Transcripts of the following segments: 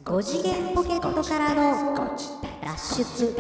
5次元ポケットからの脱出。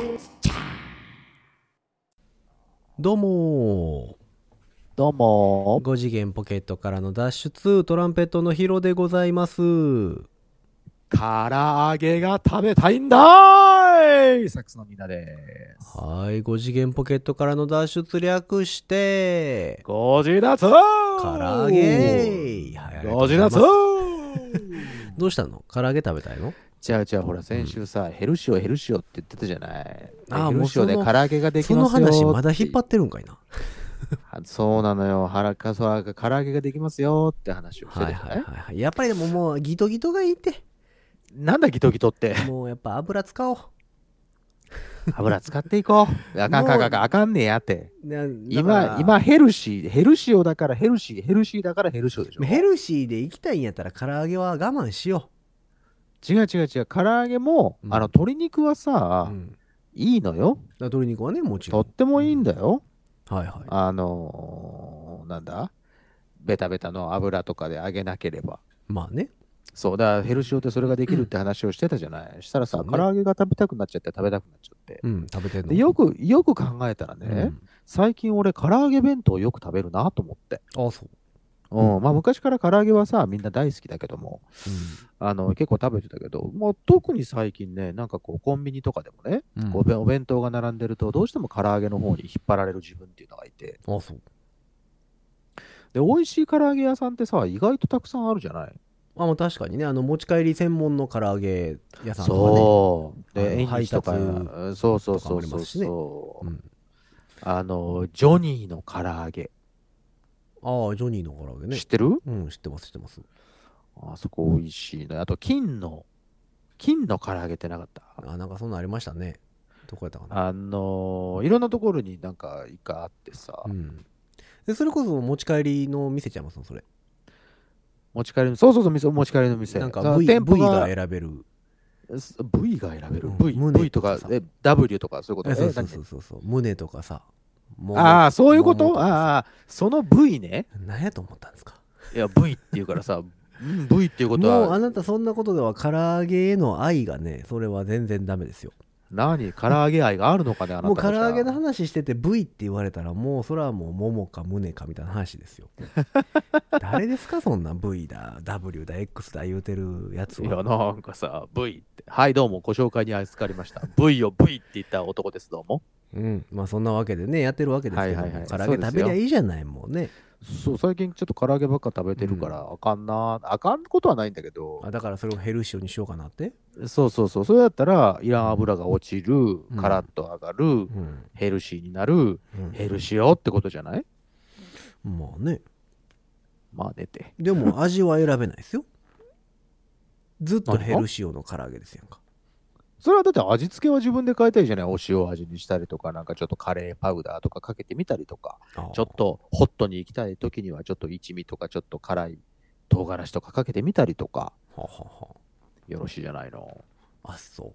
どうもどうも 5次元ポケットからの脱出、トランペットのヒロでございます。 唐揚げが食べたいんだーいサックスのみんなです。 はい、5次元ポケットからの脱出略してご自立唐揚げ。 ご自立どうしたの？唐揚げ食べたいの？ じゃあほら先週さ、ヘルシオって言ってたじゃない。 ああ、 ヘルシオで唐揚げができそのますよ話まだ引っ張ってるんかいな。 そうなのよ。唐揚げができますよって話をしてたじゃない。 はい。やっぱりでももうギトギトがいいって。 なんだギトギトって。 もうやっぱ油使おう。 油使っていこう。あかんねえやって。今ヘルシオだからヘルシーだからヘルシオでしょ。 ヘルシーで行きたいんやったら唐揚げは我慢しよう。違う。唐揚げも、鶏肉はさ、いいのよ。 鶏肉はね、もちろん。 とってもいいんだよ。 はい。 なんだベタベタの油とかで揚げなければ。 まあね。 そうだ、ヘルシオってそれができるって話をしてたじゃない。したらさ、唐揚げが食べたくなっちゃって食べたくなっちゃって。 食べてんの。 でよく考えたらね、最近俺唐揚げ弁当をよく食べるなと思って。 ああ、そう。 まあ昔から唐揚げはさ、みんな大好きだけども、結構食べてたけど、もう特に最近ね、なんかこうコンビニとかでもね、お弁当が並んでるとどうしても唐揚げの方に引っ張られる自分っていうのがいて。 ああ、そう。 で、美味しい唐揚げ屋さんってさ、意外とたくさんあるじゃない。 もう確かにね、持ち帰り専門の唐揚げ屋さんとかね。 そう。で、 配達とかそう。 ジョニーの唐揚げ。 ああ、ジョニーの唐揚げね。 知ってる？ 知ってます。 あそこ美味しいね。あと、金の唐揚げってなかった？ なんかそんなありましたね。どこやったかな。 いろんなところになんか一回あってさ。 で、それこそ持ち帰りの店ちゃいますの、それ。 持ち帰りの、そう、持ち帰りの店。 なんか部位が選べる。 部位が選べる。部位とか、W とかそういうこと？ そう。胸とかさ。 ああ、そういうこと？その部位ね。 何やと思ったんですか？ いや、部位っていうからさ、部位っていうことは。 もうあなたそんなことでは唐揚げへの愛がね、それは全然ダメですよ。 唐揚げ愛があるのかね、あなた。 もう唐揚げの話してて部位って言われたら、もうそれはもうももか胸かみたいな話ですよ。誰ですかそんな V だ W だ X だ言うてるやつは。 いや、なんかさ、V って。はい、どうもご紹介に預かりました。V を V って言った男です、どうも。 まあそんなわけでね、やってるわけですけども、唐揚げ食べりゃいいじゃない、もうね。 そう、最近ちょっと唐揚げばっか食べてるから、あかんことはないんだけど。 だからそれをヘルシオにしようかなって。 そう。それだったら、いらん油が落ちる、カラッと上がる、ヘルシーになる、ヘルシオってことじゃない？ まあね。 まあねて。 でも味は選べないですよ。ずっとヘルシオの唐揚げですやんか。 それはだって味付けは自分で変えたいじゃない。お塩味にしたりとか、なんかちょっとカレーパウダーとかかけてみたりとか、ちょっとホットに行きたい時にはちょっと一味とかちょっと辛い唐辛子とかかけてみたりとか、よろしいじゃないの。 あ、そう。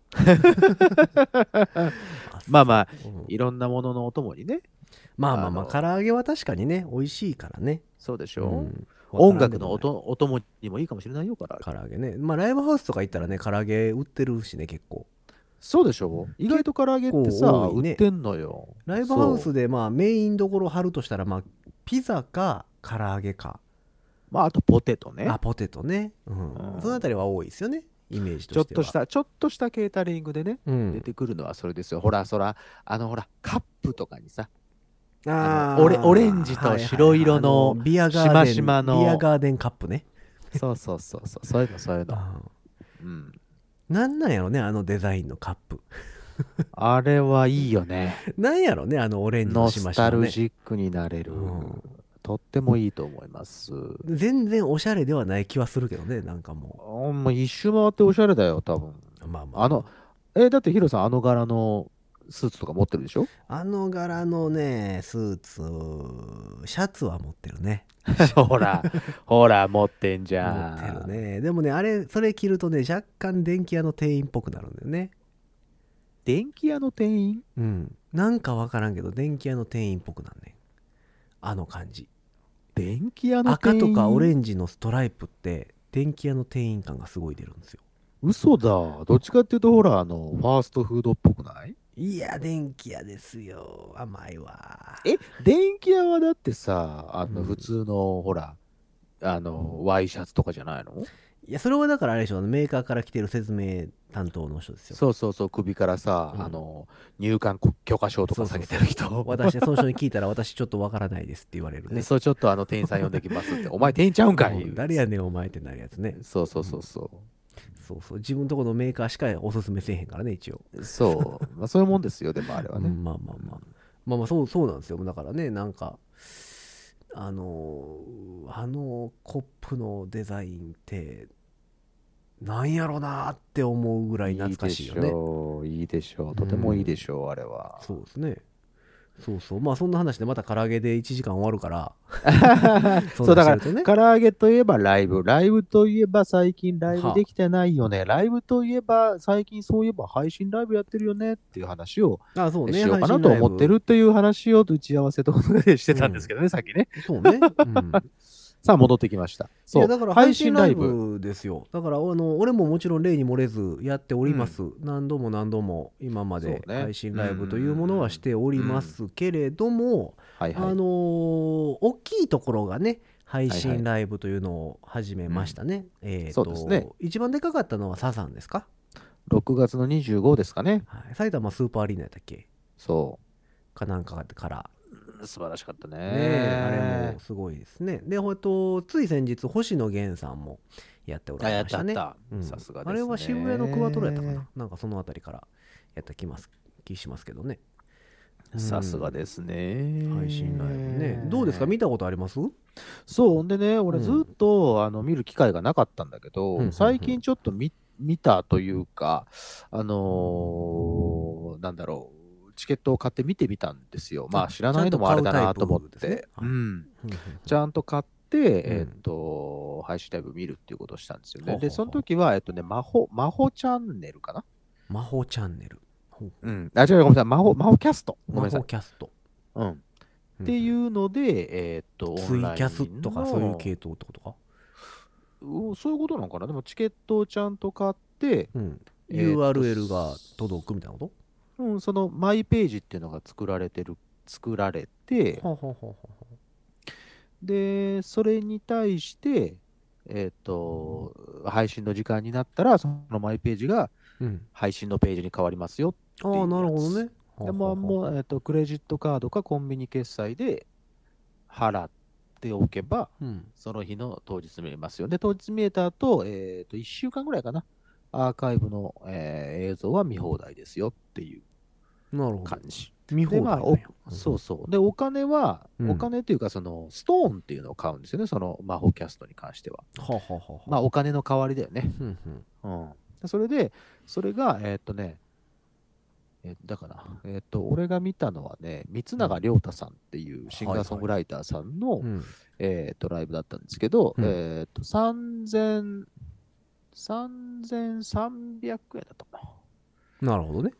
まあ、いろんなもののお供にね。 まあ、唐揚げは確かにね、美味しいからね。 そうでしょ。音楽のお供にもいいかもしれないよ、唐揚げね。まあライブハウスとか行ったらね、唐揚げ売ってるしね、結構。 そうでしょ。意外と唐揚げってさ、売ってんのよ。 ライブハウスでまあメインどころ張るとしたら、まあピザか唐揚げか。 まああとポテトね。 ポテトね。そのあたりは多いですよね、イメージとしては。 ちょっとしたケータリングでね、出てくるのはそれですよ。ほら、カップとかにさ、オレンジと白色のしましまのビアガーデンカップね。 そうそういうの。 なんなんやろね、あのデザインのカップ。 あれはいいよね。 なんやろね、あのオレンジのしましまね。 ノスタルジックになれる。とってもいいと思います。 全然おしゃれではない気はするけどね、なんかもう。一周回っておしゃれだよ、多分。だってヒロさんあの柄のスーツとか持ってるでしょ？ あの柄のね、スーツ、シャツは持ってるね。 ほら、持ってんじゃん。 持ってるね。でもね、それ着るとね、若干電気屋の店員っぽくなるんだよね。 電気屋の店員？ なんかわからんけど、電気屋の店員っぽくなんね。あの感じ。 電気屋の店員？ 赤とかオレンジのストライプって、電気屋の店員感がすごい出るんですよ。 嘘だ。どっちかっていうと、ほら、ファーストフードっぽくない？ いや、電気屋ですよ。甘いわ。 電気屋はだってさ、 うん普通の、ほら、ワイシャツとかじゃないの？ いや、それはだからあれでしょ、メーカーから来てる説明担当の人ですよ。 そうそうそう、首からさ、 うん入館許可証とか下げてる人。 私、その人に聞いたら、私ちょっとわからないですって言われるね。 そう、ちょっと店員さん呼んできますって。お前店員ちゃうんかい。 うん誰やねん、お前ってなるやつね。 そうそうそうそそうそう。自分のところのメーカーしかおすすめせえへんからね、一応。 う。そう。まあ、そういうもんですよ、でもあれはね。 うんまあまあまあ。まあまあ、そうなんですよ。だからね、なんか、コップのデザインって、なんやろなーって思うぐらい懐かしいよね。 いいでしょう。とてもいいでしょう、あれは。 そうですね。そうそう。まあそんな話でまた唐揚げで1時間終わるから、そそう、 んなだから、 してるとね。 唐揚げといえばライブ。ライブといえば最近ライブはできてないよね。ライブといえば最近そういえば配信ライブやってるよねっていう話をあ、そうね。 しようかなと思ってるっていう話を打ち合わせとかでしてたんですけどね、さっきね。 そうね。うん。 さあ、戻ってきました。 いや、 そう、 だから配配信ライ信ライブ。 ブですよ。だから、俺ももちろん例に漏れずやっております。何度も何度も今までそうね配信ライブというものはしておりますけれども、 はいはい。 大きいところがね、配信ライブというのを始めましたね。 そうですね。 一番でかかったのはサザンですか？ 6月の25ですかね。 はい、埼玉スーパーアリーナやったっけそかなんかからう。素晴らしかったね。 ねえ、あれもすごいですね。で、つい先日、星野源さんもやっておられましたね。 やったうんさすがですね。 あれは渋谷のクワトロやったかな。なんかそのあたりからやった気しますけどね。 さすがですね。 配信ライブね。どうですか？見たことあります？ そう、ほんでね、俺ずっと、見る機会がなかったんだけど、 うん最近ちょっと見たというか、なんだろう、チケットを買って見てみたんですよ。まあ知らないのもあれだなと思っちゃんと買うタイプですて。 ねちゃんと買って、 うん配信ライブ見るっていうことをしたんですよね。 ほうほうほうで、その時は、魔法チャンネルかな。 魔法チャンネル。 違う、ごめんなさい。魔法キャスト。ごめん魔なさい法。キャスト。 っていうので、オツインラインのキャスとかそういう系統ってことか？ そういうことなのかな。でもチケットをちゃんと買って、 URL が届くみたいなこそのマイページっていうのが作られて、 と？ははははで、それに対して、配信の時間になったら、そのマイページが配信のページに変わりますよっていうやつ。 ああ、なるほどね。 でもう、クレジットカードかコンビニ決済で払っておけば、その日の当日見れますよ。で、当日見えた後、1週間ぐらいかな。アーカイブの、映像は見放題ですよっていう感じ。 見放題なんや。 そうそう。で、お金っていうか、その、ストーンっていうのを買うんですよね。その、魔法キャストに関しては。まあ、お金の代わりだよね。それで、それが、だから、俺が見たのはね、三永亮太さんっていうシンガーソングライターさんの、ライブだったんですけど、3300円だったかな。なるほどね。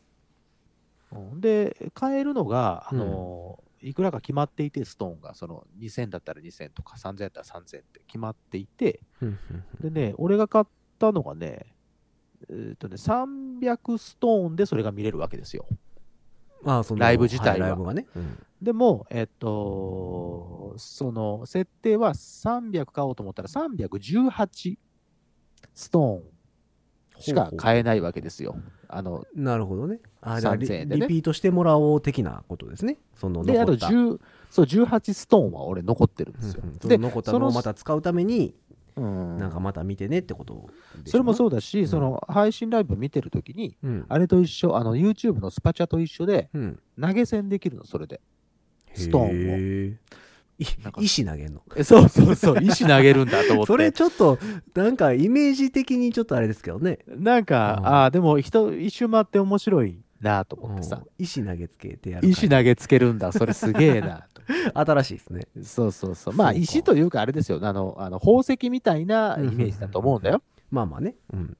で、買えるのが、いくらか決まっていて、ストーンが、その2000だったら2000とか3000だったら3000って決まっていて、でね、俺が買ったのがね、300ストーンでそれが見れるわけですよ。ライブ自体は。 ライブがね。 でも、その設定は300買おうと思ったら318ストーンしか買えないわけですよ。 なるほどね。 3000円でね。 リピートしてもらおう的なことですね。 で、あと18ストーンは俺残ってるんですよ。 で、残ったのをまた使うために、なんかまた見てねってことそれもそうだし、その配信ライブ見てるときに、あれと一緒、YouTube のスパチャと一緒で、投げ銭できるの、それで。ストーンを。 石投げんの？ そうそうそう、石投げるんだと思って。 それちょっと、なんかイメージ的にちょっとあれですけどね。 なんか、でも一周回って面白いなと思ってさ。 石投げつけてやる。 石投げつけるんだ、それすげえなと。 新しいですね。 そうそうそう。まあ、石というかあれですよ。宝石みたいなイメージだと思うんだよ。 まあまあね。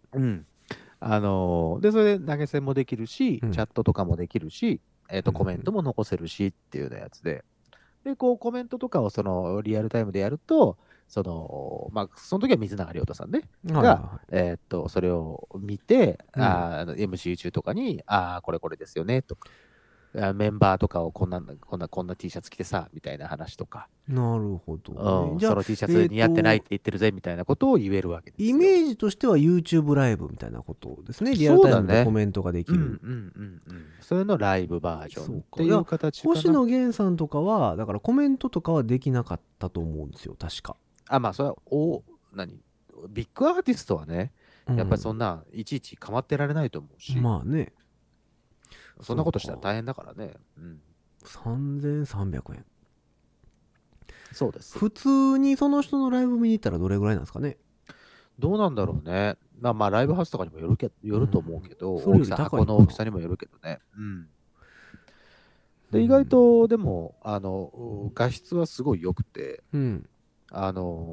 で、それで投げ銭もできるし、チャットとかもできるし、コメントも残せるしっていうようなやつで。で、こうコメントとかをそのリアルタイムでやると、 その時は水永亮太さんね、 はいはいはいが、それを見て、 うん MCU 中とかに、これこれですよね、とか、メンバーとかをこんな T シャツ着てさ、みたいな話とか、 なるほどね。じゃあその T シャツ似合ってないって言ってるぜ、みたいなことを言えるわけですよ。 イメージとしては YouTube ライブみたいなことですね。リアルタイムでコメントができる。 それのライブバージョンっていう形かな。 星野源さんとかは、だからコメントとかはできなかったと思うんですよ、確か。 それは、ビッグアーティストはね、やっぱりそんないちいち構ってられないと思うし、 まあね。 そんなことしたら大変だからね。 3300円。 そうです。 普通にその人のライブ見に行ったらどれぐらいなんですかね。 どうなんだろうね。ライブハウスとかにもよると思うけど、 それより高い箱の大きさにもよるけどね。で、意外と、でも、画質はすごい良くて、普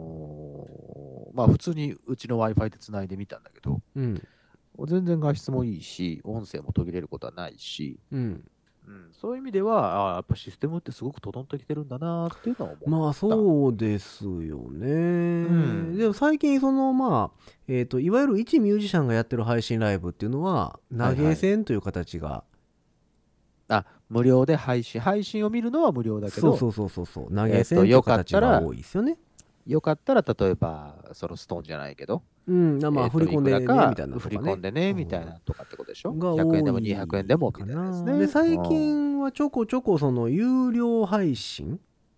通にうちの Wi-Fi で繋いでみたんだけど、全然画質もいいし、音声も途切れることはないし、そういう意味では、やっぱシステムってすごく整ってきてるんだなっていうのは思う。 まあそうですよね。でも最近いわゆる一ミュージシャンがやってる配信ライブっていうのは投げ銭という形が、 無料で配信を見るのは無料だけど、 そう投げ銭という形が多いですよね。 よかったら、例えば、そのストーンじゃないけど、 振り込んでね、みたいな。 振り込んでね、みたいなとかってことでしょ。 が 100円でも200円でも、みたいなですね。 で、最近はちょこちょこその有料配信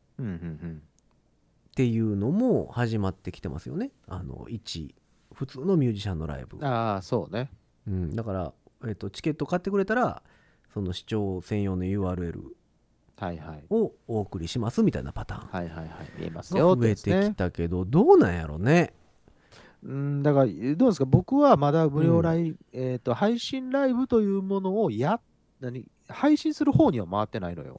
っていうのも始まってきてますよね。普通のミュージシャンのライブ。 そうね。 だから、チケット買ってくれたら、その視聴専用の URLをお送りしますみたいなパターン見えますよ。 増えてきたけど、どうなんやろね。 だから、どうですか、僕はまだ無料配信ライブというものを配信する方には回ってないのよ。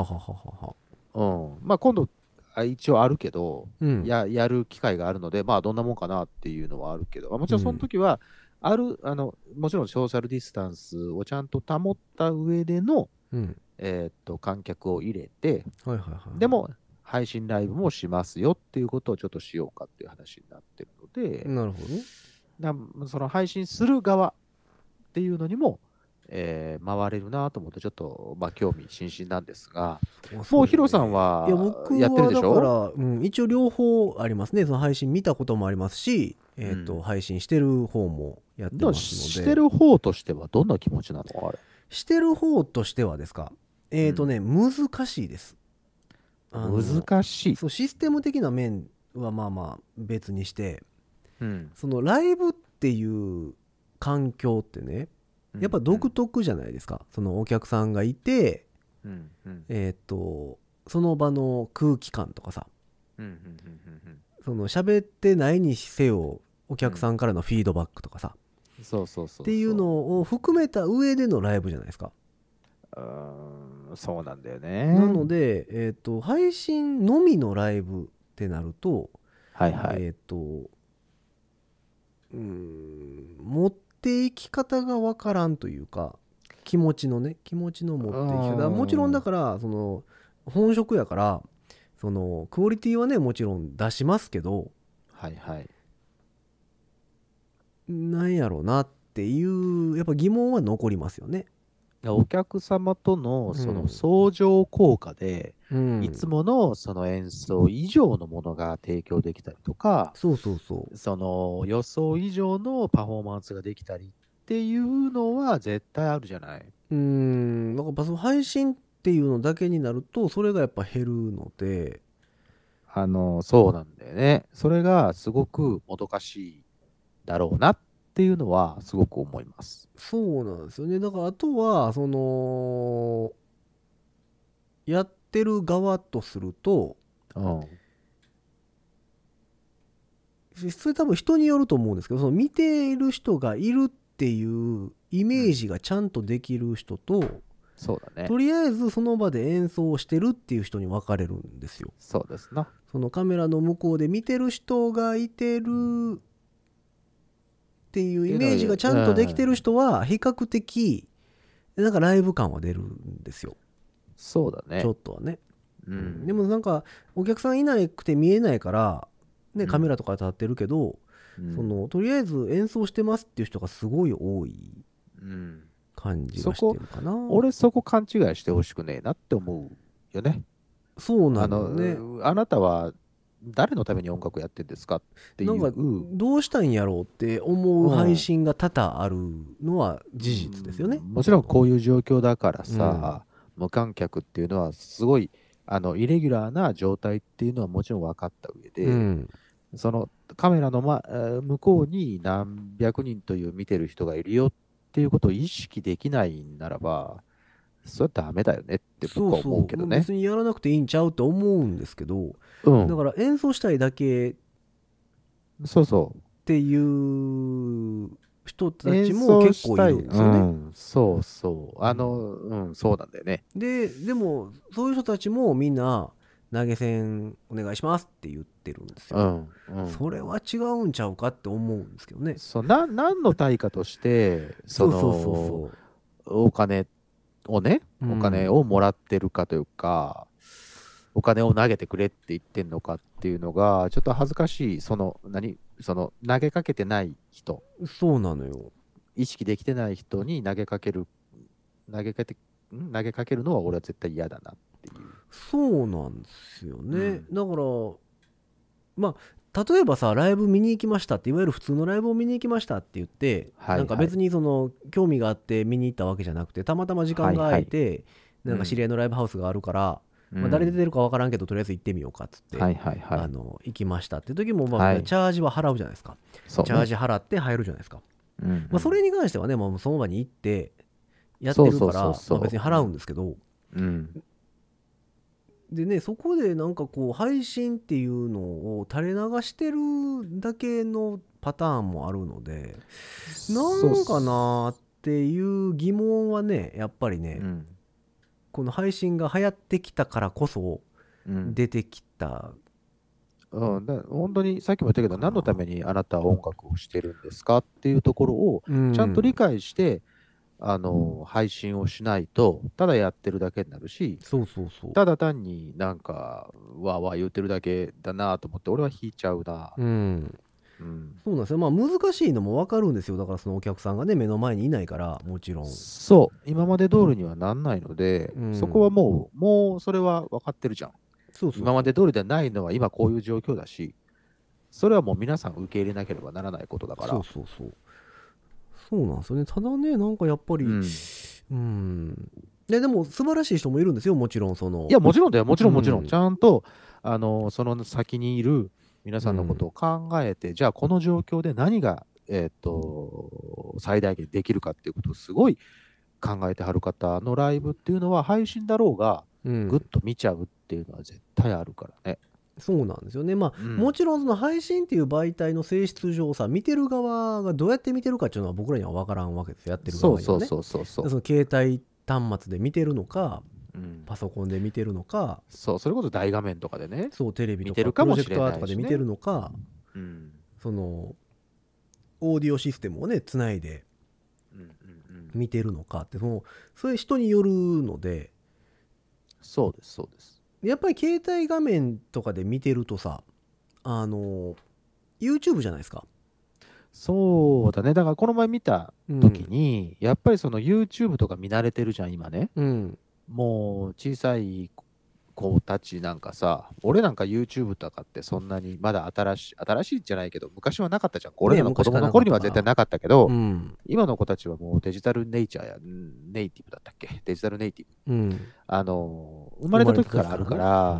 今度、一応あるけど、やる機会があるので、どんなもんかなっていうのはあるけど、もちろんその時は、もちろんソーシャルディスタンスをちゃんと保った上での、観客を入れて、でも配信ライブもしますよっていうことをちょっとしようかっていう話になってるので、 なるほどね。 その配信する側っていうのにも、回れるなと思ってちょっと興味津々なんですが、もうヒロさんはやってるでしょ？ 僕はだから、一応両方ありますね。その配信見たこともありますし、配信してる方もやってますので。 してる方としてはどんな気持ちなの？あれ。 してる方としてはですか。難しいです。 難しい。 そう、システム的な面は別にして、そのライブっていう環境ってね、やっぱ独特じゃないですか。そのお客さんがいて、その場の空気感とかさ、その喋ってないにせよお客さんからのフィードバックとかさ、っていうのを含めた上でのライブじゃないですか。 そうなんだよね。 なので、配信のみのライブってなると、持っていき方がわからんというか、気持ちの持っていき方。もちろんだから、その本職やから、そのクオリティはね、もちろん出しますけど、なんやろうなっていうやっぱ疑問は残りますよね。 お客様とのその相乗効果で、いつものその演奏以上のものが提供できたりとか、その予想以上のパフォーマンスができたりっていうのは絶対あるじゃない。 なんかその配信っていうのだけになるとそれがやっぱ減るので、 そうなんだよね。それがすごくもどかしいだろうなっていうのはすごく思います。 そうなんですよね。だからあとはそのやってる側とすると、それ多分人によると思うんですけど、その見ている人がいるっていうイメージがちゃんとできる人と、 そうだね。 とりあえずその場で演奏してるっていう人に分かれるんですよ。 そうですな。 そのカメラの向こうで見てる人がいてるっていうイメージがちゃんとできてる人は比較的なんかライブ感は出るんですよ。 そうだね。 ちょっとはね。でもなんかお客さんいなくて見えないからね、カメラとか立ってるけど、とりあえず演奏してますっていう人がすごい多い感じがしてるかな。 俺そこ勘違いしてほしくねえなって思うよね。 そうなのね。 あなたは誰のために音楽やってるんですかっていう。 なんかどうしたんやろうって思う配信が多々あるのは事実ですよね。 もちろんこういう状況だからさ、無観客っていうのはすごいイレギュラーな状態っていうのはもちろん分かった上で、そのカメラの、向こうに何百人という見てる人がいるよっていうことを意識できないならば、それはダメだよねって僕は思うけどね。 別にやらなくていいんちゃうって思うんですけど、だから演奏したいだけっていう人たちも結構いるんですよね。 そうなんだよね。 でもそういう人たちもみんな投げ銭お願いしますって言ってるんですよ。それは違うんちゃうかって思うんですけどね。 何の対価としてお金をね、お金をもらってるかというか、お金を投げてくれって言ってんのかっていうのがちょっと恥ずかしい。投げかけてない人、 そうなのよ。 意識できてない人に投げかけるのは俺は絶対嫌だなっていう。 そうなんですよね。だから例えばさ、ライブ見に行きましたって、いわゆる普通のライブを見に行きましたって言って、なんか別に興味があって見に行ったわけじゃなくて、たまたま時間が空いて、なんか知り合いのライブハウスがあるから、誰出てるか分からんけどとりあえず行ってみようかっつって、行きましたって時もチャージは払うじゃないですか。チャージ払って入るじゃないですか。それに関してはね、その場に行ってやってるから別に払うんですけど、でね、そこでなんかこう配信っていうのを垂れ流してるだけのパターンもあるので、なんかなっていう疑問はね、やっぱりね、この配信が流行ってきたからこそ出てきた。 本当にさっきも言ったけど、何のためにあなたは音楽をしてるんですかっていうところをちゃんと理解して、配信をしないとただやってるだけになるし、ただ単になんかわーわー言ってるだけだなと思って俺は引いちゃうな。 そうなんですよ。難しいのも分かるんですよ。だからそのお客さんがね、目の前にいないから、もちろん今まで通りにはなんないので、そこはもうそれは分かってるじゃん。今まで通りではないのは今こういう状況だし、それはもう皆さん受け入れなければならないことだから。 そうなんですよね。ただね、なんかやっぱりでも素晴らしい人もいるんですよ。もちろんいやもちろんだよ、もちろん、ちゃんとその先にいる皆さんのことを考えて、じゃあこの状況で何が最大限できるかっていうことをすごい考えてはる方のライブっていうのは配信だろうがぐっと見ちゃうっていうのは絶対あるからね。 そうなんですよね。もちろんその配信っていう媒体の性質上さ、見てる側がどうやって見てるかっていうのは僕らには分からんわけですよ。やってる側にはね。その携帯端末で見てるのか、パソコンで見てるのか、 それこそ大画面とかでね、 テレビとかプロジェクターとかで見てるのか、そのオーディオシステムをねつないで見てるのかって、そういう人によるので。 そうですやっぱり携帯画面とかで見てるとさ、YouTube じゃないですか。 そうだね。だからこの前見た時に、やっぱりその YouTube とか見慣れてるじゃん今ね。もう小さい子たちなんかさ、俺なんか YouTube とかってそんなにまだ新しいじゃないけど、昔はなかったじゃん。俺らの子供の頃には絶対なかったけど、今の子たちはもうデジタルネイティブだったっけ、デジタルネイティブ、生まれた時からあるから、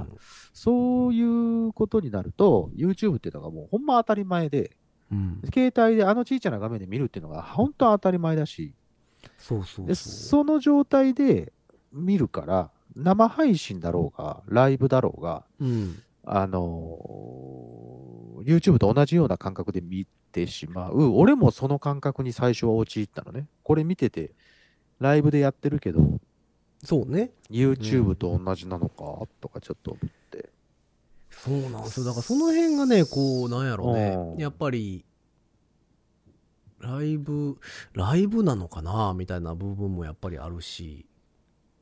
そういうことになると YouTube っていうのがもうほんま当たり前で、携帯で小さな画面で見るっていうのが本当当たり前だし、その状態で見るから、生配信だろうがライブだろうが、YouTube と同じような感覚で見てしまう。俺もその感覚に最初は陥ったのね。これ見ててライブでやってるけど、YouTube と同じなのか、とかちょっと思って。 そうなんですよ。だからその辺がね、こうなんやろうね、やっぱりライブなのかなみたいな部分もやっぱりあるし。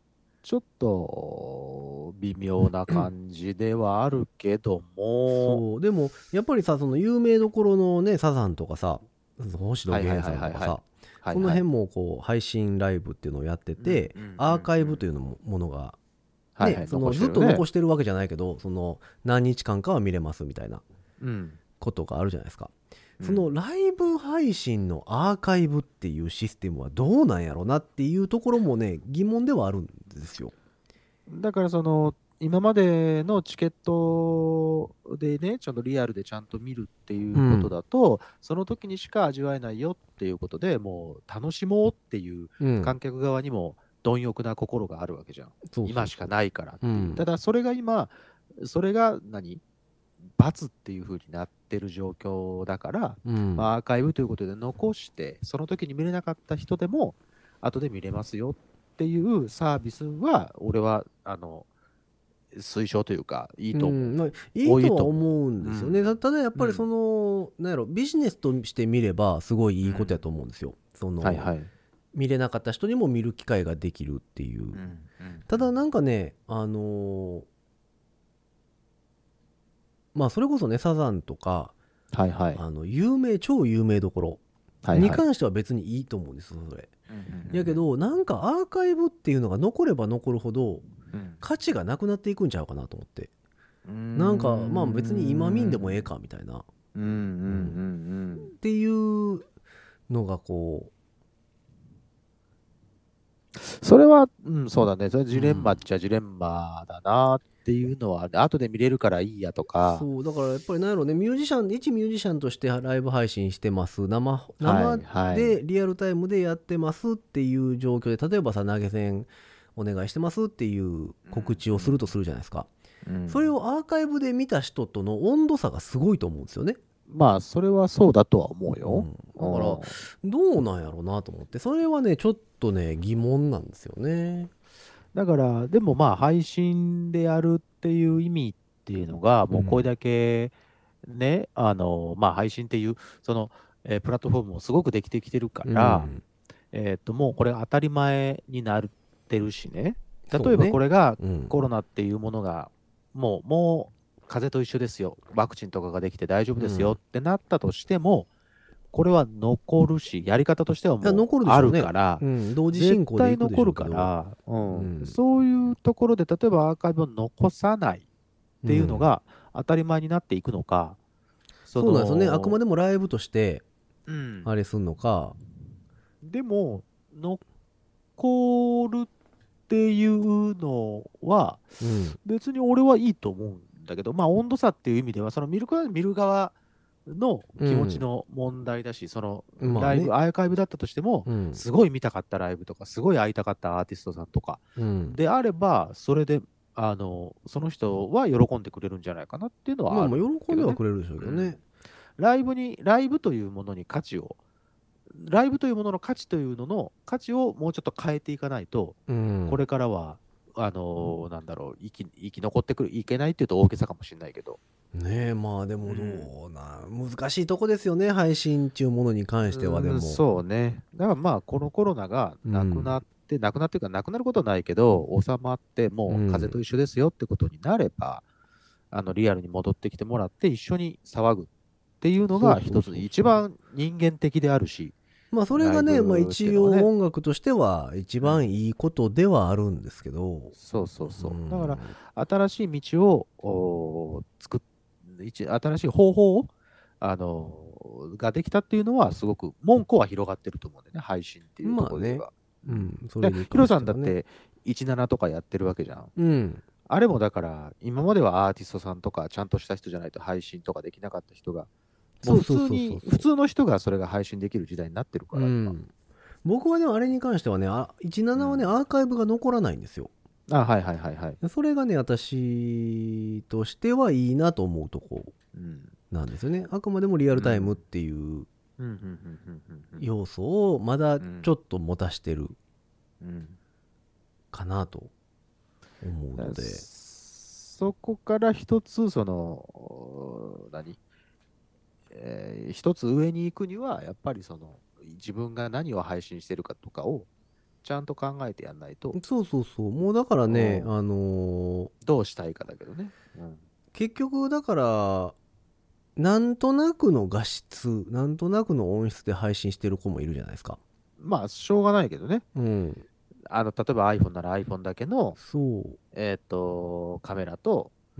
ちょっと微妙な感じではあるけども、 そうでもやっぱりさ、その有名どころのねサザンとかさ、星野はいはい源さんとかさ、 はいはいはい。 その辺もこう配信ライブっていうのをやってて、 うんうんうんうんアーカイブというものがね、 はいはい、 そのずっ残してるね。 と残してるわけじゃないけど、その何日間かは見れますみたいなうん。 ことがあるじゃないですか。 うんそのライブ配信のアーカイブっていうシステムはどうなんやろなっていうところもね、疑問ではあるんですよ。 だからその、今までのチケットでね、ちょっとリアルでちゃんと見るっていうことだと、その時にしか味わえないよっていうことでもう楽しもうっていううん、 観客側にも貪欲な心があるわけじゃん。 そうそうそう今しかないからっていう。 うんただそれが今、それが罰っていう風になってる状況だから、 うんアーカイブということで残して、その時に見れなかった人でも、後で見れますよっていうサービスは、俺は、推奨というか、いいと思う。 まあ、いいとは思うんですよね。ただやっぱりその、なんやろ、ビジネスとして見ればすごいいいことやと思うんですよ。そのはいはい。 見れなかった人にも見る機会ができるっていう。ただなんかね、まあそれこそねサザンとか、 はいはい。 超有名どころはいはいに関しては別にいいと思うんですよそれ。やけどなんかアーカイブっていうのが残れば残るほど価値がなくなっていくんちゃうかなと思って、なんかまあ別に今見んでもええかみたいなっていうのがこそれは、そうだね。それジレンマっちゃジレンマだなっていうのは、後で見れるからいいやとか。 そうだからやっぱりなんやろね、一ミュージシャンとしてライブ配信してます、生でリアルタイムでやってますっていう状況で、例えばさ投げ銭お願いしてますっていう告知をするとするじゃないですか、それをアーカイブで見た人との温度差がすごいと思うんですよね。 まあ、それはそうだとは思うよ。 だからどうなんやろうなと思って、それはねちょっとね疑問なんですよね。 だから、でもまあ、配信でやるっていう意味っていうのが、もうこれだけね、まあ、配信っていう、その、プラットフォームもすごくできてきてるから、もうこれ当たり前になってるしね。例えばこれがコロナっていうものが、もう風邪と一緒ですよ。ワクチンとかができて大丈夫ですよってなったとしても、これは残るし、やり方としてはもうあるから、 同時進行でいくでしょうけど、 絶対残るから、そういうところで、例えばアーカイブを残さないっていうのが当たり前になっていくのか、 そうなんですよね。あくまでもライブとしてあれすんのか、 でも残るっていうのは、別に俺はいいと思うんだけど、まあ温度差っていう意味では、その見る側の気持ちの問題だし、そのライブ、アーカイブだったとしても、すごい見たかったライブとか、すごい会いたかったアーティストさんとか、であれば、それで、その人は喜んでくれるんじゃないかなっていうのはある、 まあ喜んではくれるでしょうけどね。 ライブというものに価値を、ライブというものの価値というのの価値をもうちょっと変えていかないと、これからは、なんだろう、生き残っていけないっていうと大げさかもしれないけど。 ねえ、まあでも難しいとこですよね、配信っていうものに関しては。でもそうね。だからまあこのコロナがなくなっていうかなくなることはないけど収まって、もう風邪と一緒ですよってことになれば、リアルに戻ってきてもらって一緒に騒ぐっていうのが一つ一番人間的であるし、 まあそれがね、まあ一応音楽としては一番いいことではあるんですけど、 そうだから新しい道を新しい方法をができたっていうのはすごく門戸は広がってると思うんだよね、配信っていうところでは。ヒロさんだって17とかやってるわけじゃん。あれもだから今まではアーティストさんとかちゃんとした人じゃないと配信とかできなかった人が、もう普通の人がそれが配信できる時代になってるから、 僕はでもあれに関してはね、17はね、アーカイブが残らないんですよ。それがね、私としてはいいなと思うとこなんですよね。あくまでもリアルタイムっていう要素をまだちょっと持たしてるかなと思うので、 そこから一つ一つ上に行くにはやっぱり自分が何を配信してるかとかをちゃんと考えてやんないと、 そうそうそう。もうだからね、 どうしたいかだけどね。 結局だからなんとなくの画質、なんとなくの音質で配信してる子もいるじゃないですか。 まあ、しょうがないけどね。 うん。 例えば iPhone なら iPhone だけの、 そう。 カメラと、 うん。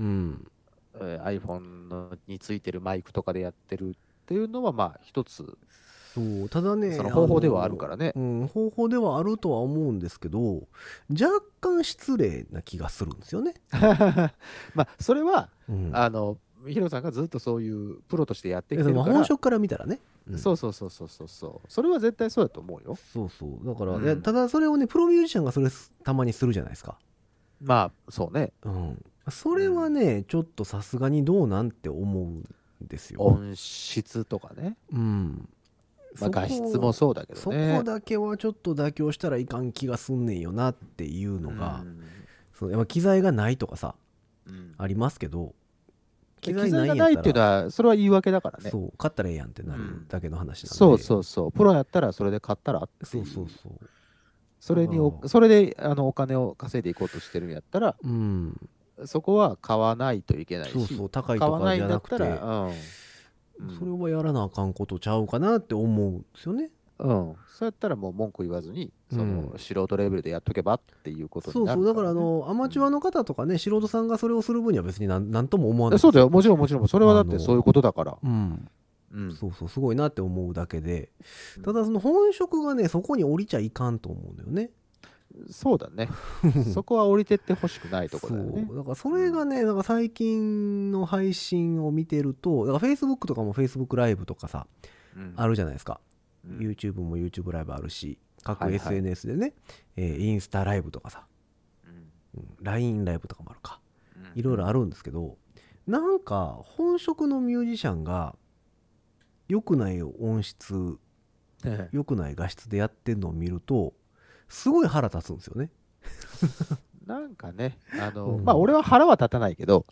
iPhone についてるマイクとかでやってるっていうのは、まあ、一つ、 そう。ただね、 その方法ではあるからね。 方法ではあるとは思うんですけど、若干失礼な気がするんですよね。 まあ、それは、 うん。 ヒロさんがずっとそういうプロとしてやってきてるから、 本職から見たらね。 そうそうそうそうそうそう。それは絶対そうだと思うよ。 そうそう。だから、いやただそれをね、プロミュージシャンがそれたまにするじゃないですか。 まあ、そうね。 それはね、ちょっとさすがにどうなんて思うんですよ。 音質とかね。まあ、画質もそうだけどね。 そこだけはちょっと妥協したらいかん気がすんねんよなっていうのが、やっぱ機材がないとかさ、ありますけど、 機材がないっていうのは、それは言い訳だからね。 そう、買ったらええやんってなるだけの話なんで。 そうそうそう。プロやったらそれで買ったらっていう。 そうそうそう。 それでお金を稼いでいこうとしてるんやったら、そこは買わないといけないし、 そうそう、高いとかじゃなくて、それはやらなあかんことちゃうかなって思うんですよね。 そうやったらもう文句言わずに、素人レベルでやっとけばっていうことになるから、ね。 そうそう、だからアマチュアの方とかね、素人さんがそれをする分には別になんとも思わない。 そうだよ、もちろんもちろん、それはだってそういうことだから。 そうそう、すごいなって思うだけで、ただその本職がね、そこに降りちゃいかんと思うんだよね。 そうだね。そこは降りてってほしくないところだよね。 そうだからそれがね、なんか最近の配信を見てると、だから Facebook とかも Facebook ライブとかさ、あるじゃないですか。YouTube も YouTube ライブあるし、各 SNS でね、インスタライブとかさ、LINE ライブとかもあるか。いろいろあるんですけど、なんか本職のミュージシャンが良くない音質、良くない画質でやってるのを見ると、すごい腹立つんですよね。 なんかね、まあ俺は腹は立たないけど、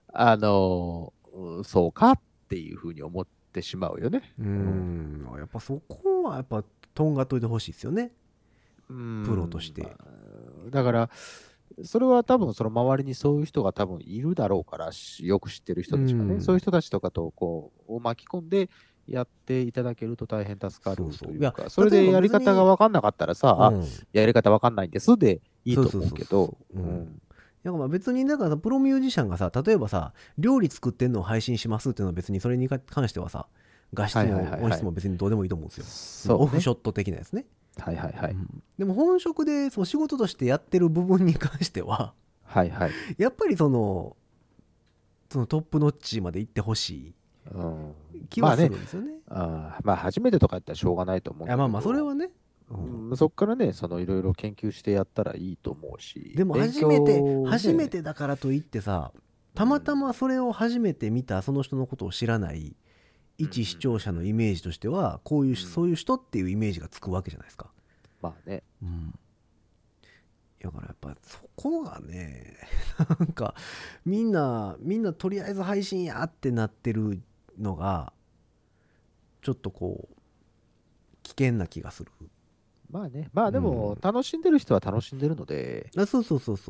そうかっていうふうに思ってしまうよね。 やっぱそこはやっぱとんがっといてほしいですよね。プロとして。 だから、それは多分その周りにそういう人が多分いるだろうから、よく知ってる人たちがね、そういう人たちとかとこう巻き込んでやっていただけると大変助かるというか、それでやり方が分かんなかったらさ、やり方分かんないんですでいいと思うけど、 まあ別にだからプロミュージシャンがさ、例えばさ、料理作ってんのを配信しますっていうのは別にそれに関してはさ、画質も音質も別にどうでもいいと思うんですよ。オフショット的なやつね。でも本職でその仕事としてやってる部分に関しては、やっぱりそのトップノッチまで行ってほしい気はするんですよね。 まあ初めてとかやったらしょうがないと思うんだけど。 まあそれはね。 そっからね、いろいろ研究してやったらいいと思うし。 でも初めてだからといってさ、たまたまそれを初めて見たその人のことを知らない一視聴者のイメージとしては、そういう人っていうイメージがつくわけじゃないですか。 まあね。 だからやっぱそこがね、なんかみんなとりあえず配信やってなってるのがちょっとこう危険な気がする。 まあね、まあでも楽しんでる人は楽しんでるので、 そう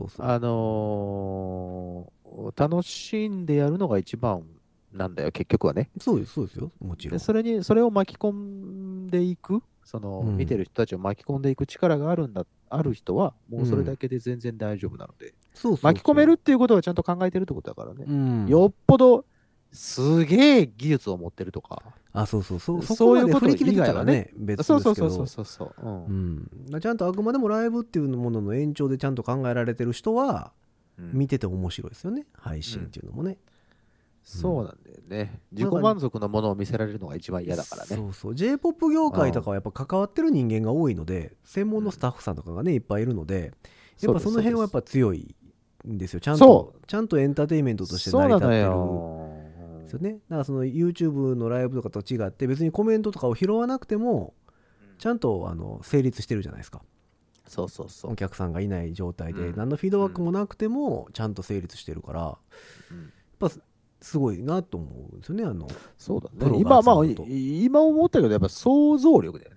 楽しんでやるのが一番なんだよ、結局はね。 そうですよ、もちろん。 それを巻き込んでいく、見てる人たちを巻き込んでいく力がある人は、もうそれだけで全然大丈夫なので、巻き込めるっていうことはちゃんと考えてるってことだからね。よっぽどすげえ技術を持ってるとか。 そういうこと以外はね、別ですけど。 そうちゃんとあくまでもライブっていうものの延長でちゃんと考えられてる人は、見てて面白いですよね、配信っていうのもね。 そうなんだよね。自己満足のものを見せられるのが一番嫌だからね。 J-POP 業界とかはやっぱ関わってる人間が多いので、専門のスタッフさんとかがね、いっぱいいるので、やっぱその辺はやっぱ強いんですよ。ちゃんとエンターテインメントとして成り立ってる。ですよね。だからその YouTube のライブとかと違って別にコメントとかを拾わなくてもちゃんと成立してるじゃないですか。お客さんがいない状態で何のフィードバックもなくてもちゃんと成立してるから、やっぱすごいなと思うんですよね。 そうだね。今思ったけどやっぱ想像力だよね。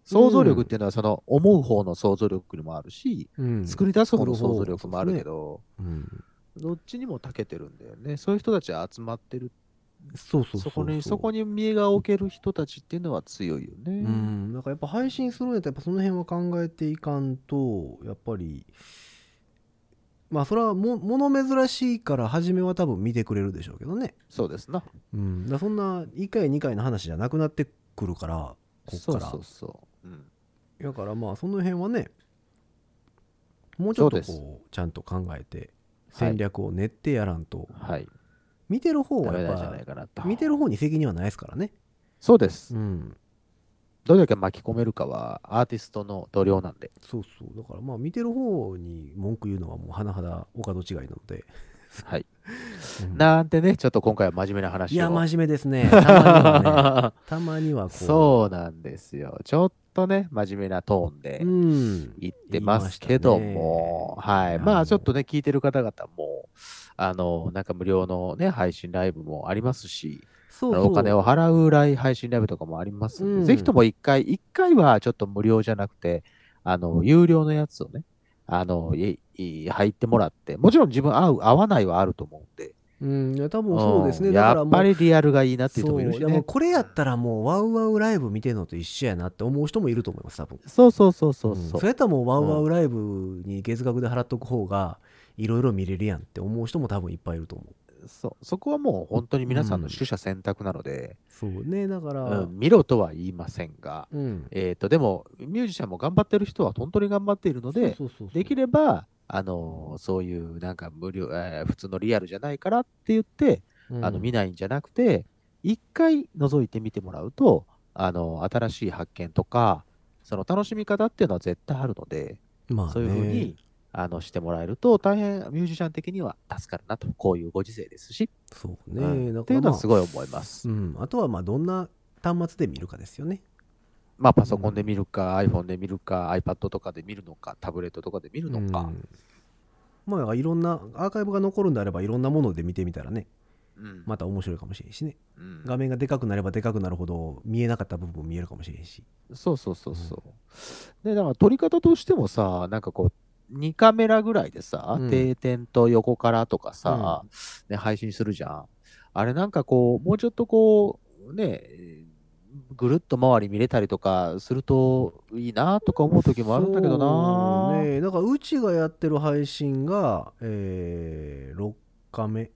想像力っていうのはその思う方の想像力にもあるし、 うん作り出す方の想像力もあるけど、 うんどっちにも長けてるんだよね。そういう人たちが集まってる。そこに身が置ける人たちっていうのは強いよね。 だからやっぱ配信するんやったらやっぱその辺は考えていかんと、やっぱりまあそれは物珍しいから初めは多分見てくれるでしょうけどね。 そうですな。 だからそんな1回2回の話じゃなくなってくるからこっから。 そうだからまあその辺はね、もうちょっとそうこうちゃんと考えて戦略を練ってやらんと、 はい。 見てる方はやっダメなんじゃないかなとぱ見てる方に責任はないですからね。 そうです。 うんどれだけ巻き込めるかはアーティストの度量なんで。 そうだからまあ見てる方に文句言うのはもう甚だお門違いなので、 はい。 うんなんてね、ちょっと今回は真面目な話を。 いや真面目ですね。たまにはねたまにはこうそうなんですよ。ちょっとね、真面目なトーンで言ってますけども、はい。まあちょっとね、聞いてる方々も、なんか無料のね、配信ライブもありますし、お金を払う配信ライブとかもありますので、ぜひとも一回はちょっと無料じゃなくて、有料のやつをね、入ってもらって、もちろん自分合わないはあると思うんで、 いや多分そうですね。だからもうやっぱりリアルがいいなっていう人もいるしね。 もうこれやったらもうワウワウライブ見てるのと一緒やなって思う人もいると思います多分。 そう。 それやったらもうワウワウライブに月額で払っとく方がいろいろ見れるやんって思う人も多分いっぱいいると思う。 そこはもう本当に皆さんの取捨選択なので、 そうね、だから、 見ろとは言いませんが、 うんでもミュージシャンも頑張ってる人は本当に頑張っているので、できればそういうなんか無料、普通のリアルじゃないからって言って、見ないんじゃなくて、一回覗いてみてもらうと、新しい発見とか、その楽しみ方っていうのは絶対あるので、 まあね、 そういうふうにしてもらえると大変ミュージシャン的には助かるなと、こういうご時世ですし、 そうね、だからっていうのはすごい思います。 あとはまあどんな端末で見るかですよね。 まあパソコンで見るか、iPhone で見るか、iPad とかで見るのか、タブレットとかで見るのか。 まあいろんなアーカイブが残るんであればいろんなもので見てみたらね、また面白いかもしれんしね、画面がでかくなればでかくなるほど見えなかった部分も見えるかもしれんし。 そうで、だから撮り方としてもさ、なんかこう2カメラぐらいでさ、定点と横からとかさ、ね、配信するじゃん。あれなんかこうもうちょっとこうね、ぐるっと周り見れたりとかするといいなとか思う時もあるんだけどな。 ね、だからうちがやってる配信が、6カメ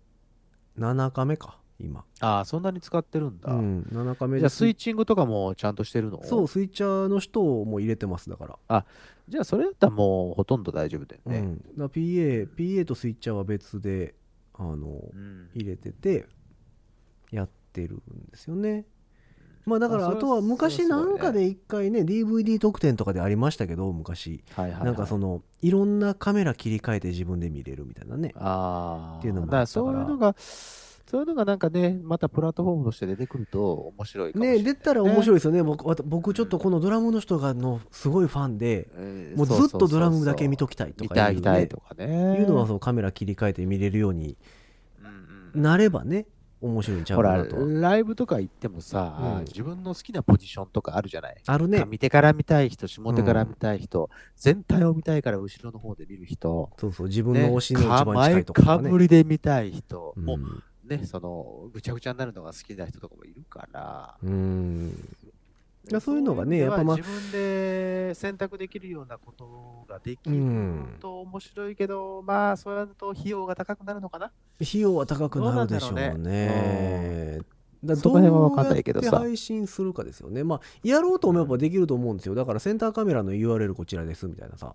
7カメか今。 ああ、そんなに使ってるんだ。 7カメで。 じゃあスイッチングとかもちゃんとしてるの？ そう、スイッチャーの人も入れてますだから。 あ、じゃあそれだったらもうほとんど大丈夫だよね。 だ PA とスイッチャーは別で入れててやってるんですよね。まあだからあとは昔なんかで一回ね DVD 特典とかでありましたけど昔、なんかそのいろんなカメラ切り替えて自分で見れるみたいなね、っていうのもあったから、 そういうのがなんかね、またプラットフォームとして出てくると面白いかもしれないね。 出たら面白いですよね。僕ちょっとこのドラムの人がのすごいファンで、もうずっとドラムだけ見ときたいとかいう、ね、いうのはそうカメラ切り替えて見れるようになればね、面白いんちゃうかなと。 ほら、ライブとか行ってもさ、自分の好きなポジションとかあるじゃない。 あるね。 上手から見たい人、下手から見たい人、全体を見たいから後ろの方で見る人。 そう、自分の推しの一番近いところとかね。 前かぶりで見たい人。もうね、そのぐちゃぐちゃになるのが好きな人とかもいるから。 そういうのがね、やっぱ自分で選択できるようなことができると面白いけど、まあそうやると費用が高くなるのかな。 費用は高くなるでしょうね。 その辺は分かんないけどさ。 どうやって配信するかですよね。まあやろうと思えばできると思うんですよ。だからセンターカメラの URL こちらですみたいなさ。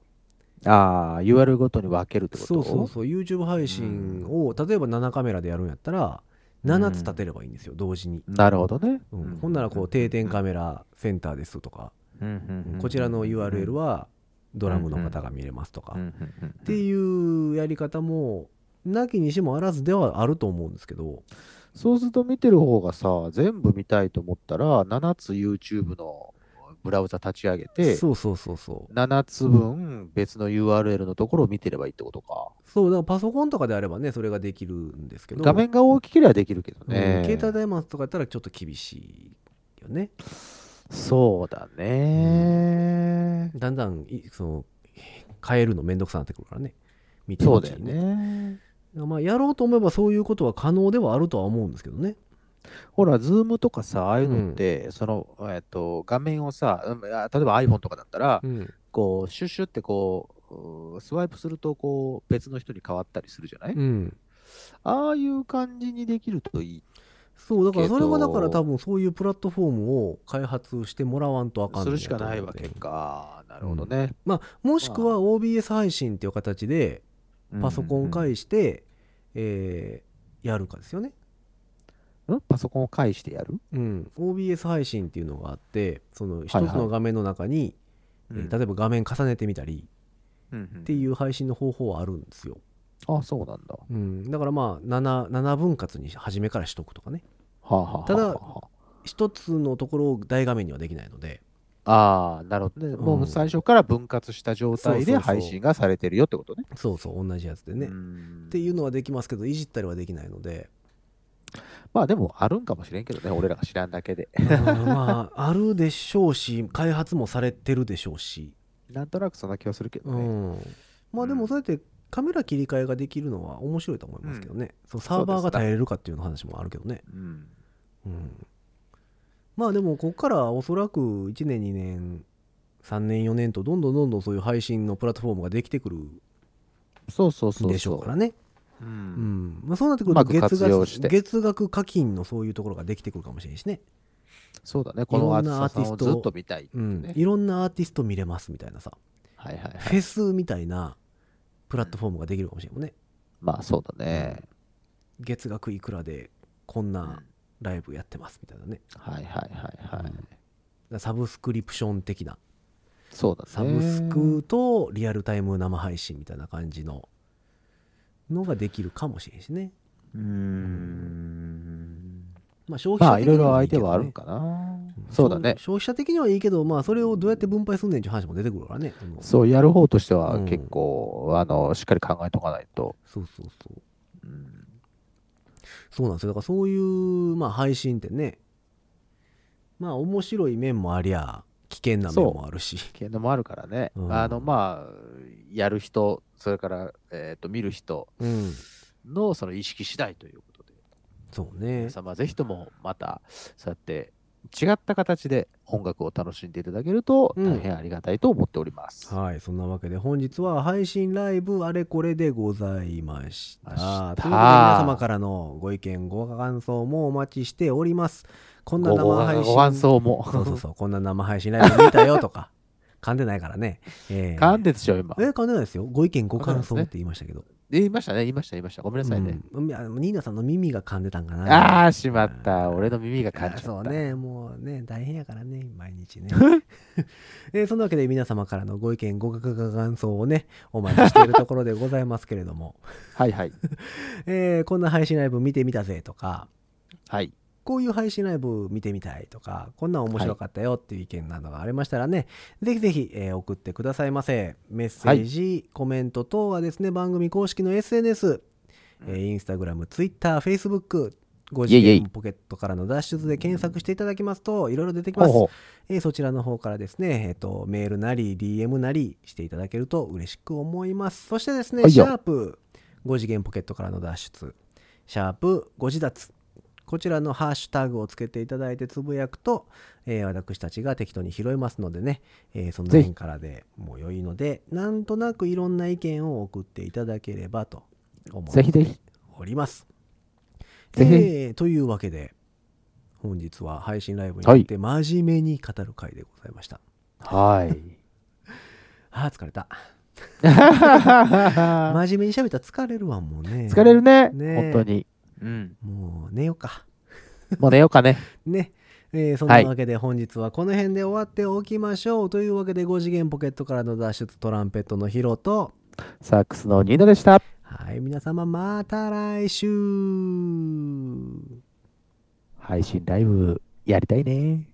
URL ごとに分けるってこと？ そう YouTube 配信を例えば7カメラでやるんやったら7つ立てればいいんですよ、同時に。 なるほどね。 ほんならこう定点カメラセンターですとか、こちらの URL はドラムの方が見れますとかっていうやり方もなきにしもあらずではあると思うんですけど、 そうすると見てる方がさ、全部見たいと思ったら7つ YouTube のブラウザ立ち上げて、7つ分別の URL のところを見てればいいってことか。 そう、だからパソコンとかであればね、それができるんですけど、 画面が大きければできるけどね。 携帯電話とかやったらちょっと厳しいよね。 そうだね。 だんだん変えるのめんどくさくなってくるからね。見てるそうだようちにね。 ね。 まあ、やろうと思えばそういうことは可能ではあるとは思うんですけどね。 ほら、ズームとかさ、ああいうのっうんて、画面をさ、例えば iPhone とかだったら、 うん。 こう、シュッシュってスワイプすると、こう、別の人に変わったりするじゃない？ うん。 ああいう感じにできるといいそう、だからけそれはだから多ど、 分そういうプラットフォームを開発してもらわんとあかんのするしかやと思うんで。 ないわけか。なるうん。 ほどね。 まあ、もしくはま OBS 配信っていう形であ、 パソコン介して、やるかですよね。 パソコンを介してやる？ うん。OBS 配信っていうのがあって、その一つはいはい。 の画面の中に、例えば画面重ねてみたりっていうう配信の方法はあるんですよ。 ん。あ、そうなんだ。 うん。だからまあ、7分割に初めからしとくとかね。 はあ、はあはただ、 あは一つのところを大画面にはできないので、 あ、あー、なるほどね。もう最初から分割した状態で配信がされてるよってことね。 そうそう、同じやつでね。 うっん。 ていうのはできますけど、いじったりはできないので、 まあでもあるんかもしれんけどね、俺らが知らんだけで。 まあ、あるでしょうし、開発もされてるでしょうし、 なんとなくそんな気はするけどね。 まあでもそうやってカメラ切り替えができるのは面白いと思いますけどね。そう、サーバーが耐えれるかっていうの話もあるけどね。 うん。 まあでも、ここからおそらく1年、2年、3年、4年とどんどんどんどんそういう配信のプラットフォームができてくるそうそうそうそう。 でしょうからね。まあ、そうなってくるとうまく活用して月額課金のそういうところができてくるかもしれんしね。 そうだね、このアーティストさんをずっと見たいってね。 いろんなアーティスト見れますみたいなさ、 はいはいはい。 フェスみたいなプラットフォームができるかもしれんもんね。 まあそうだね。 月額いくらでこんなライブやってますみたいなね。 はいはいはいはい。 サブスクリプション的な。 そうだね。 サブスクとリアルタイム生配信みたいな感じのができるかもしれんしね。まあ消費者的にまあいろいろはいいけどね。 相手はあるんかな。そうだね。 消費者的にはいいけど、まあそれをどうやって分配すんねんっていう話も出てくるからね。 そう、やる方としては結構、しっかり考えとかないと。 そうそうそう。そうなんですよ。だからそういう、まあ配信ってね、まあ面白い面もありゃ、危険な面もあるし。 危険なもあるからね。まあ、やる人、それから、見る人のその意識次第ということで。 そうね。 皆様ぜひともまた、そうやって違った形で音楽を楽しんでいただけると大変ありがたいと思っております。 はい、そんなわけで本日は配信ライブあれこれでございました。ということで皆様からのご意見ご感想もお待ちしております。こんな生配信ご感想もそうこんな生配信ライブ見たよとか噛んでないからね。 噛んでるでしょ今。 噛んでないですよ。ご意見ご感想って言いましたけど。 言いましたね、言いました。ごめんなさいね。 ニーナさんの耳が噛んでたんかな。 ああ、しまった。俺の耳が噛んじゃった。 そうね、もうね、大変やからね、毎日ね。そんなわけで皆様からのご意見、ご感想をね、お待ちしているところでございますけれども。 はいはい。 こんな配信ライブ見てみたぜとか、 はい。 こういう配信ライブ見てみたいとか、こんなん面白かったよっていう意見などがありましたらね、ぜひぜひ、送ってくださいませ。メッセージ、コメント等はですね、番組公式の SNS、インスタグラム、ツイッター、フェイスブック、5次元ポケットからの脱出で検索していただきますと、いろいろ出てきます。そちらの方からですね、メールなり、DM なりしていただけると嬉しく思います。そしてですね、シャープ5次元ポケットからの脱出、シャープ5次脱、こちらのハッシュタグをつけていただいてつぶやくと、私たちが適当に拾いますのでね、その辺からでも良いので、なんとなくいろんな意見を送っていただければと思っております。というわけで、本日は配信ライブについて真面目に語る回でございました。 はい。 疲れた。真面目に喋ったら疲れるわ、もうね。 疲れるね。本当に。 もう寝ようか。 もう寝ようかね。 ね。そんなわけで本日はこの辺で終わっておきましょう。というわけで5次元ポケットからの脱出、トランペットのヒロとサックスのニーナでした。 はい、皆様また来週。 配信ライブやりたいね。